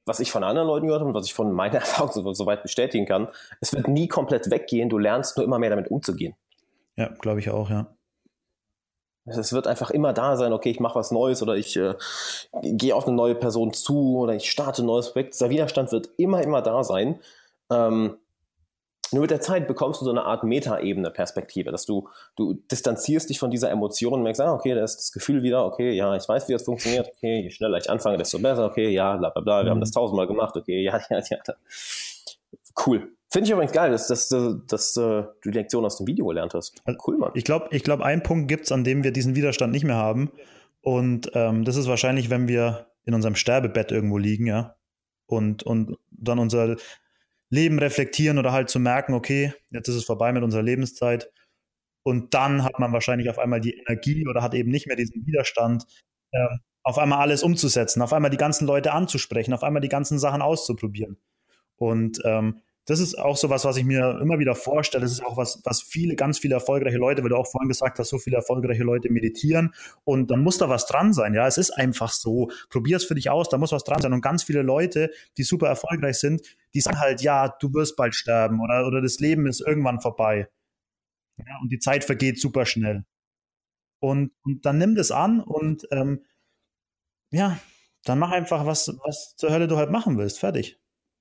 A: was ich von anderen Leuten gehört habe und was ich von meiner Erfahrung so, so weit bestätigen kann, es wird nie komplett weggehen, du lernst nur immer mehr damit umzugehen.
B: Ja, glaube ich auch, ja.
A: Es wird einfach immer da sein, okay, ich mache was Neues oder ich äh, gehe auf eine neue Person zu oder ich starte ein neues Projekt. Dieser Widerstand wird immer, immer da sein. Ähm, nur mit der Zeit bekommst du so eine Art Meta-Ebene-Perspektive, dass du, du distanzierst dich von dieser Emotion und merkst, ah, okay, da ist das Gefühl wieder, okay, ja, ich weiß, wie das funktioniert, okay, je schneller ich anfange, desto besser, okay, ja, bla bla bla, wir mhm. haben das tausendmal gemacht, okay, ja, ja, ja. Cool. Finde ich übrigens geil, dass, dass, dass, dass du die Lektion aus dem Video gelernt hast. Cool, Mann.
B: Ich glaube, ich glaub, einen Punkt gibt es, an dem wir diesen Widerstand nicht mehr haben. Und ähm, das ist wahrscheinlich, wenn wir in unserem Sterbebett irgendwo liegen, ja, und, und dann unser Leben reflektieren oder halt zu merken, okay, jetzt ist es vorbei mit unserer Lebenszeit. Und dann hat man wahrscheinlich auf einmal die Energie oder hat eben nicht mehr diesen Widerstand, ähm, auf einmal alles umzusetzen, auf einmal die ganzen Leute anzusprechen, auf einmal die ganzen Sachen auszuprobieren. Und ähm, das ist auch so was, was ich mir immer wieder vorstelle. Das ist auch was, was viele, ganz viele erfolgreiche Leute, weil du auch vorhin gesagt hast, so viele erfolgreiche Leute meditieren und dann muss da was dran sein. Ja, es ist einfach so. Probier es für dich aus, da muss was dran sein. Und ganz viele Leute, die super erfolgreich sind, die sagen halt, ja, du wirst bald sterben oder, oder das Leben ist irgendwann vorbei. Ja, und die Zeit vergeht super schnell. Und, und dann nimm das an und ähm, ja, dann mach einfach, was, was zur Hölle du halt machen willst. Fertig.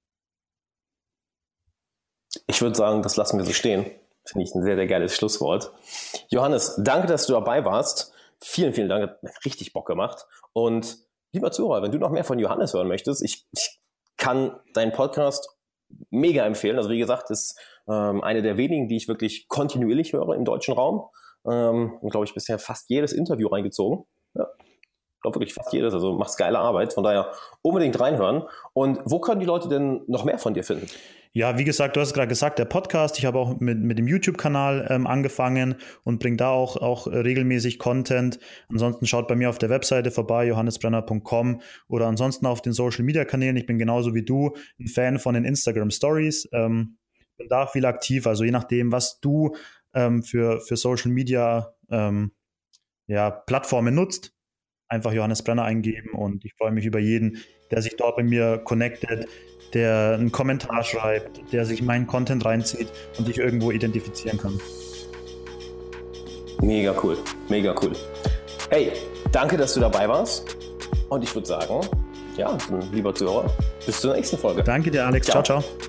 A: Ich würde sagen, das lassen wir so stehen. Finde ich ein sehr, sehr geiles Schlusswort. Johannes, danke, dass du dabei warst. Vielen, vielen Dank. Hat richtig Bock gemacht. Und lieber Zuhörer, wenn du noch mehr von Johannes hören möchtest, ich, ich kann deinen Podcast mega empfehlen. Also wie gesagt, ist ähm, eine der wenigen, die ich wirklich kontinuierlich höre im deutschen Raum. Ähm, und glaube ich bisher fast jedes Interview reingezogen. Ja. Ich glaube wirklich fast jedes. Also machst geile Arbeit. Von daher unbedingt reinhören. Und wo können die Leute denn noch mehr von dir finden?
B: Ja, wie gesagt, du hast es gerade gesagt, der Podcast. Ich habe auch mit, mit dem YouTube-Kanal ähm, angefangen und bringe da auch, auch regelmäßig Content. Ansonsten schaut bei mir auf der Webseite vorbei, johannesbrenner punkt com oder ansonsten auf den Social-Media-Kanälen. Ich bin genauso wie du ein Fan von den Instagram-Stories. Ähm, bin da viel aktiv, also je nachdem, was du ähm, für, für Social-Media ähm, ja, Plattformen nutzt, einfach Johannes Brenner eingeben und ich freue mich über jeden, der sich dort bei mir connectet, der einen Kommentar schreibt, der sich meinen Content reinzieht und sich irgendwo identifizieren kann.
A: Mega cool, mega cool. Hey, danke, dass du dabei warst und ich würde sagen, ja, lieber Zuhörer, bis zur nächsten Folge.
B: Danke dir, Alex. Ciao, ciao. ciao.